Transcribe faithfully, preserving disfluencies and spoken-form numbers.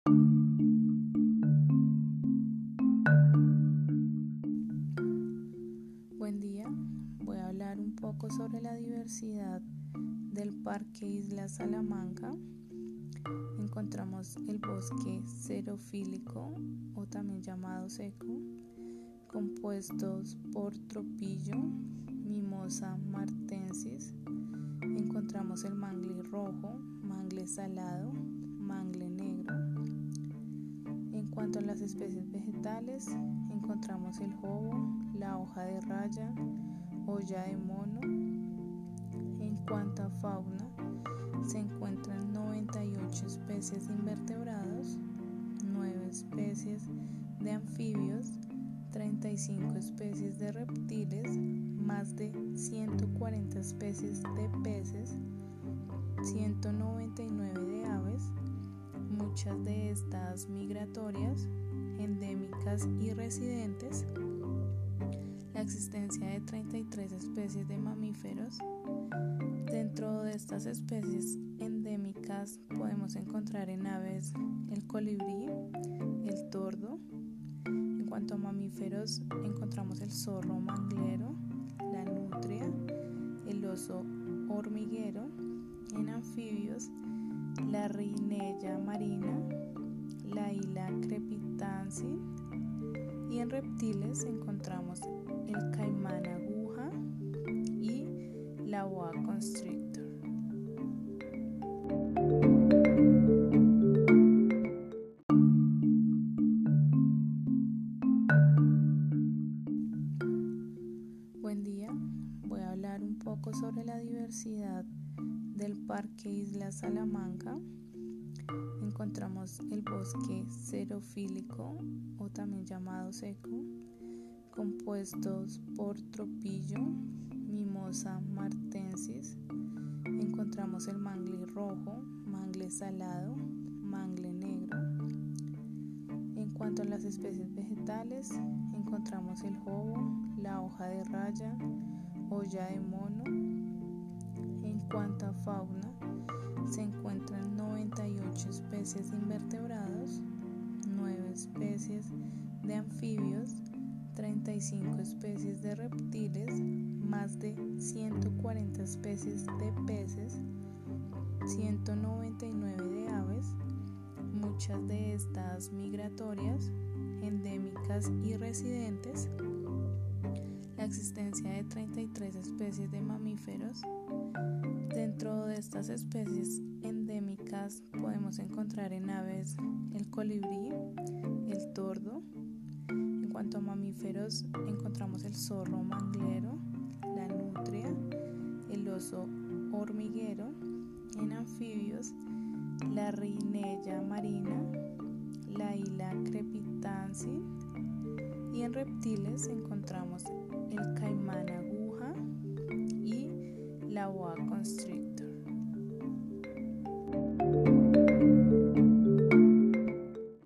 Buen día, voy a hablar un poco sobre la diversidad del Parque Isla Salamanca. Encontramos el bosque xerófilo o también llamado seco, compuestos por tropillo, mimosa martensis. Encontramos el mangle rojo, mangle salado, mangle negro. En cuanto a las especies vegetales, encontramos el jobo, la hoja de raya, olla de mono. En cuanto a fauna, se encuentran noventa y ocho especies de invertebrados, nueve especies de anfibios, treinta y cinco especies de reptiles, más de ciento cuarenta especies de peces, ciento noventa y nueve de aves, muchas de estas migratorias, endémicas y residentes, la existencia de treinta y tres especies de mamíferos. Dentro de estas especies endémicas podemos encontrar en aves el colibrí, el tordo. En cuanto a mamíferos, encontramos el zorro manglero, la nutria, el oso hormiguero. En anfibios, la reinella marina, la isla crepitansis, y en reptiles encontramos el caimán aguja y la boa constrictor. Buen día, voy a hablar un poco sobre la diversidad del Parque Isla Salamanca. Encontramos el bosque xerófilo o también llamado seco, compuestos por tropillo, mimosa martensis. Encontramos el mangle rojo, mangle salado, mangle negro. En cuanto a las especies vegetales, encontramos el jobo, la hoja de raya, olla de mono. En cuanto a fauna, se encuentran noventa y ocho especies de invertebrados, nueve especies de anfibios, treinta y cinco especies de reptiles, más de ciento cuarenta especies de peces, ciento noventa y nueve de aves, muchas de estas migratorias, endémicas y residentes, la existencia de treinta y tres especies de mamíferos. Dentro de estas especies endémicas podemos encontrar en aves el colibrí, el tordo. En cuanto a mamíferos, encontramos el zorro manglero, la nutria, el oso hormiguero. En anfibios, la reinella marina, la isla crepitansis, y en reptiles encontramos el caimán aguja y la boa constrictor.